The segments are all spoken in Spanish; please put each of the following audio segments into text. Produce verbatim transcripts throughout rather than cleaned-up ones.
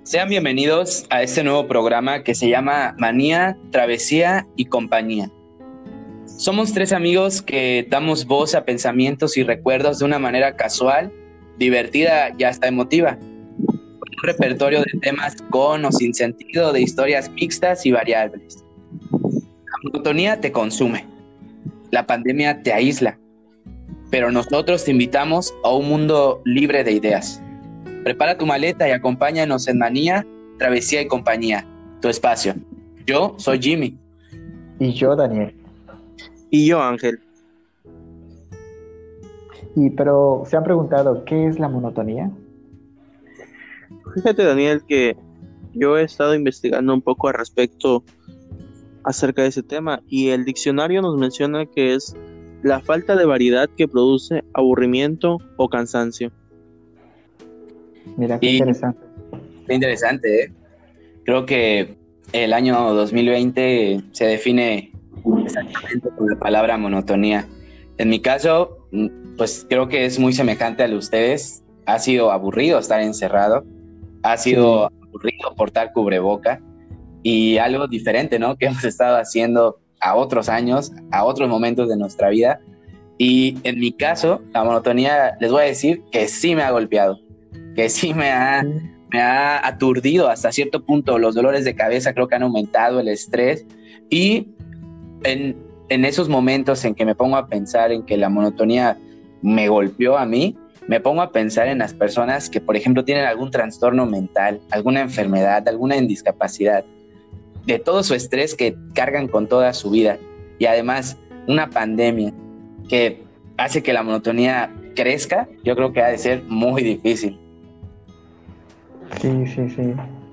Sean bienvenidos a este nuevo programa que se llama Manía, Travesía y Compañía. Somos tres amigos que damos voz a pensamientos y recuerdos de una manera casual, divertida y hasta emotiva. Con un repertorio de temas con o sin sentido, de historias mixtas y variables. La monotonía te consume, la pandemia te aísla, pero nosotros te invitamos a un mundo libre de ideas. Prepara tu maleta y acompáñanos en Manía, Travesía y Compañía, tu espacio. Yo soy Jimmy. Y yo, Daniel. Y yo, Ángel. Y pero se han preguntado, ¿qué es la monotonía? Fíjate, Daniel, que yo he estado investigando un poco al respecto acerca de ese tema y el diccionario nos menciona que es la falta de variedad que produce aburrimiento o cansancio. Mira, qué Y interesante. qué interesante, ¿eh? Creo que el año dos mil veinte se define exactamente con la palabra monotonía. En mi caso, pues creo que es muy semejante al de ustedes. Ha sido aburrido estar encerrado, ha sido Sí. aburrido portar cubreboca y algo diferente, ¿no? Que hemos estado haciendo a otros años, a otros momentos de nuestra vida. Y en mi caso, la monotonía, les voy a decir que sí me ha golpeado, que sí me ha, Sí. me ha aturdido hasta cierto punto. Los dolores de cabeza creo que han aumentado, el estrés. Y en, en esos momentos en que me pongo a pensar en que la monotonía me golpeó a mí, me pongo a pensar en las personas que, por ejemplo, tienen algún trastorno mental, alguna enfermedad, alguna discapacidad, de todo su estrés que cargan con toda su vida. Y además, una pandemia que hace que la monotonía crezca, yo creo que ha de ser muy difícil. Sí, sí, sí.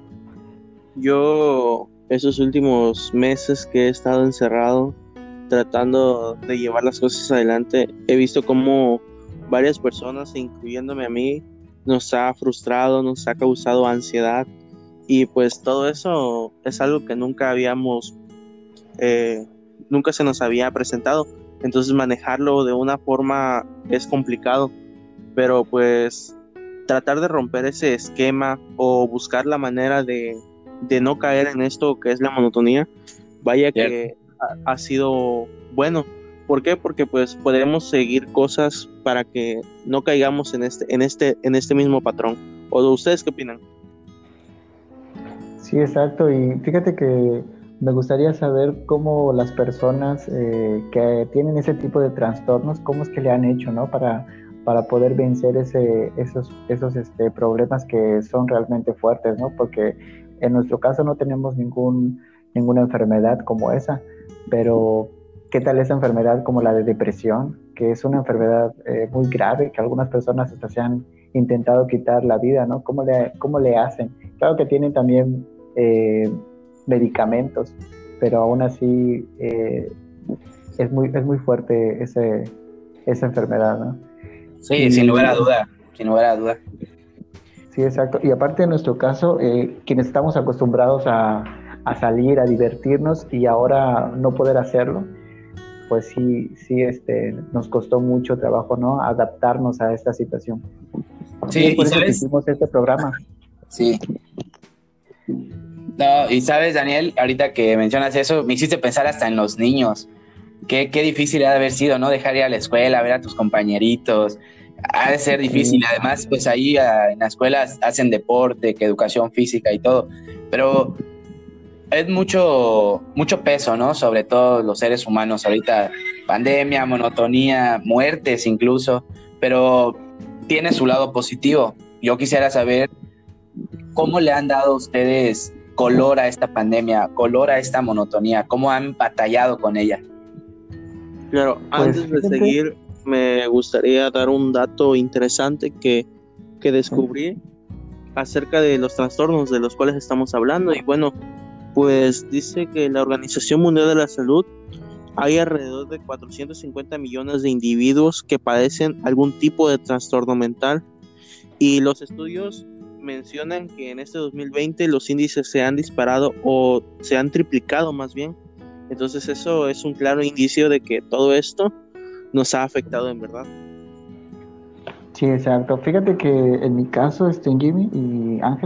Yo, esos últimos meses que he estado encerrado, tratando de llevar las cosas adelante, he visto cómo varias personas, incluyéndome a mí, nos ha frustrado, nos ha causado ansiedad y pues todo eso es algo que nunca habíamos, eh, nunca se nos había presentado. Entonces manejarlo de una forma es complicado, pero pues tratar de romper ese esquema o buscar la manera de, de no caer en esto que es la monotonía, vaya Cierto. que ha, ha sido bueno. ¿Por qué? Porque pues podemos seguir cosas para que no caigamos en este, en este, en este mismo patrón. ¿O ustedes qué opinan? Sí, exacto. Y fíjate que me gustaría saber cómo las personas eh, que tienen ese tipo de trastornos, cómo es que le han hecho, ¿no? Para, para poder vencer ese, esos, esos este, problemas que son realmente fuertes, ¿no? Porque en nuestro caso no tenemos ningún, ninguna enfermedad como esa, pero ¿qué tal esa enfermedad como la de depresión? Que es una enfermedad eh, muy grave, que algunas personas hasta se han intentado quitar la vida, ¿no? ¿Cómo le, cómo le hacen? Claro que tienen también eh, medicamentos, pero aún así eh, es, muy, es muy fuerte ese, esa enfermedad, ¿no? Sí, Y, sin lugar a duda, sin lugar a duda. sí, exacto. Y aparte en nuestro caso, eh, quienes estamos acostumbrados a, a salir, a divertirnos y ahora no poder hacerlo, pues sí, sí este, nos costó mucho trabajo, ¿no? Adaptarnos a esta situación. Sí, Y es y por eso que sabes, hicimos este programa. sí. No, y sabes, Daniel, ahorita que mencionas eso, me hiciste pensar hasta en los niños. Qué, qué difícil ha de haber sido, ¿no? Dejar ir a la escuela, ver a tus compañeritos. Ha de ser difícil. Sí, Además, pues ahí a, en las escuelas hacen deporte, que educación física y todo. Pero es mucho, mucho peso, ¿no? Sobre todo los seres humanos. Ahorita, pandemia, monotonía, muertes incluso. Pero tiene su lado positivo. Yo quisiera saber cómo le han dado a ustedes color a esta pandemia, color a esta monotonía, cómo han batallado con ella. Claro, pues antes de fíjate, seguir, me gustaría dar un dato interesante que, que descubrí acerca de los trastornos de los cuales estamos hablando. Y bueno, pues dice que la Organización Mundial de la Salud hay alrededor de cuatrocientos cincuenta millones de individuos que padecen algún tipo de trastorno mental. Y los estudios mencionan que en este dos mil veinte los índices se han disparado o se han triplicado más bien. Entonces eso es un claro indicio de que todo esto nos ha afectado en verdad. sí, exacto. Fíjate que en mi caso, este, Jimmy y Ángel,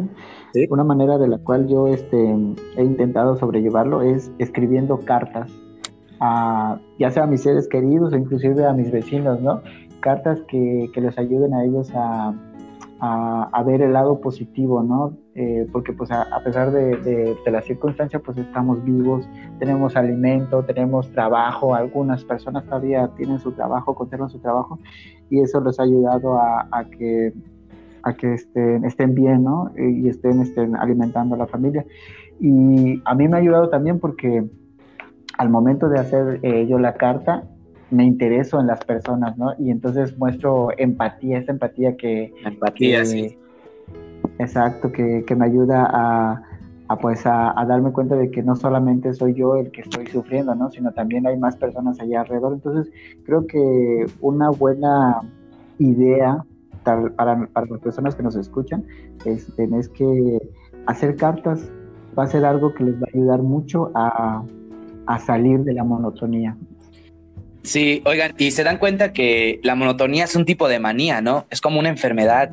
¿Sí? Una manera de la cual yo este, he intentado sobrellevarlo es escribiendo cartas, a, ya sea a mis seres queridos o inclusive a mis vecinos, ¿no? Cartas que, que les ayuden a ellos a, a, a ver el lado positivo, ¿no? Eh, porque pues a, a pesar de, de, de la circunstancia, pues estamos vivos, tenemos alimento, tenemos trabajo, algunas personas todavía tienen su trabajo, conservan su trabajo, y eso les ha ayudado a, a que, a que estén, estén bien, ¿no? Y estén, estén alimentando a la familia. Y a mí me ha ayudado también porque al momento de hacer eh, yo la carta, me intereso en las personas, ¿no? Y entonces muestro empatía, esa empatía que... Empatía, que, sí. Exacto, que, que me ayuda a, a pues a, a darme cuenta de que no solamente soy yo el que estoy sufriendo, ¿no? Sino también hay más personas allá alrededor. Entonces, creo que una buena idea tal, para, para las personas que nos escuchan este, es que hacer cartas va a ser algo que les va a ayudar mucho a, a salir de la monotonía. Sí, oigan, y se dan cuenta que la monotonía es un tipo de manía, ¿no? Es como una enfermedad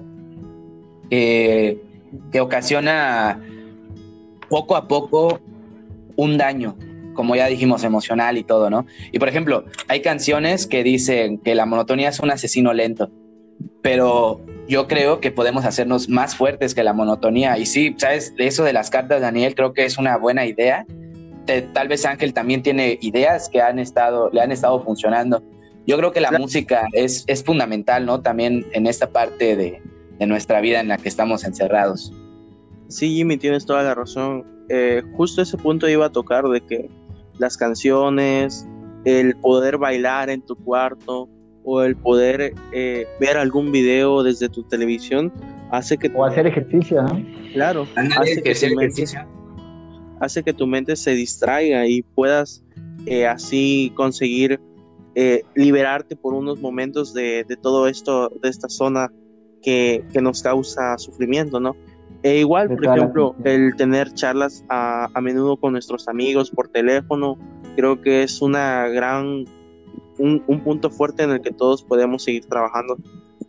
eh, que ocasiona poco a poco un daño, como ya dijimos, emocional y todo, ¿no? Y por ejemplo, hay canciones que dicen que la monotonía es un asesino lento, pero yo creo que podemos hacernos más fuertes que la monotonía. Y sí, ¿sabes? Eso de las cartas, Daniel, creo que es una buena idea. Te, tal vez Ángel también tiene ideas que han estado, le han estado funcionando. Yo creo que la Claro. música es, es fundamental, ¿no? También en esta parte de, de nuestra vida en la que estamos encerrados. Sí, Jimmy, tienes toda la razón. Eh, justo ese punto iba a tocar de que las canciones, el poder bailar en tu cuarto o el poder eh, ver algún video desde tu televisión hace que... O hacer ejercicio, ¿no? Claro, Ándale, hace que que, sea tu mente, ejercicio. hace que tu mente se distraiga y puedas eh, así conseguir eh, liberarte por unos momentos de, de todo esto, de esta zona que, que nos causa sufrimiento, ¿no? E igual, De por toda la ejemplo, atención. el tener charlas a, a menudo con nuestros amigos por teléfono, creo que es una gran, un, un punto fuerte en el que todos podemos seguir trabajando.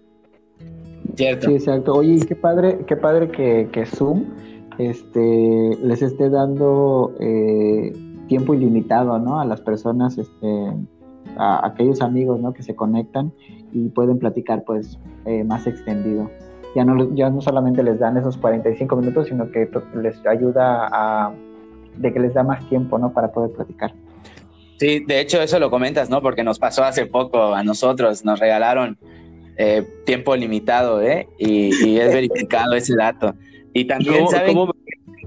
Cierto. Sí, exacto. Oye, y qué padre, qué padre que, que Zoom este, les esté dando eh, tiempo ilimitado, ¿no? A las personas, este, a, a aquellos amigos, ¿no? Que se conectan y pueden platicar, pues, eh, más extendido. Ya no, ya no solamente les dan esos cuarenta y cinco minutos, sino que les ayuda a, de que les da más tiempo, ¿no? Para poder platicar. Sí, de hecho eso lo comentas, ¿no? Porque nos pasó hace poco a nosotros, nos regalaron eh, tiempo limitado, ¿eh? Y, y es verificado ese dato. Y también, ¿Cómo, ¿saben? cómo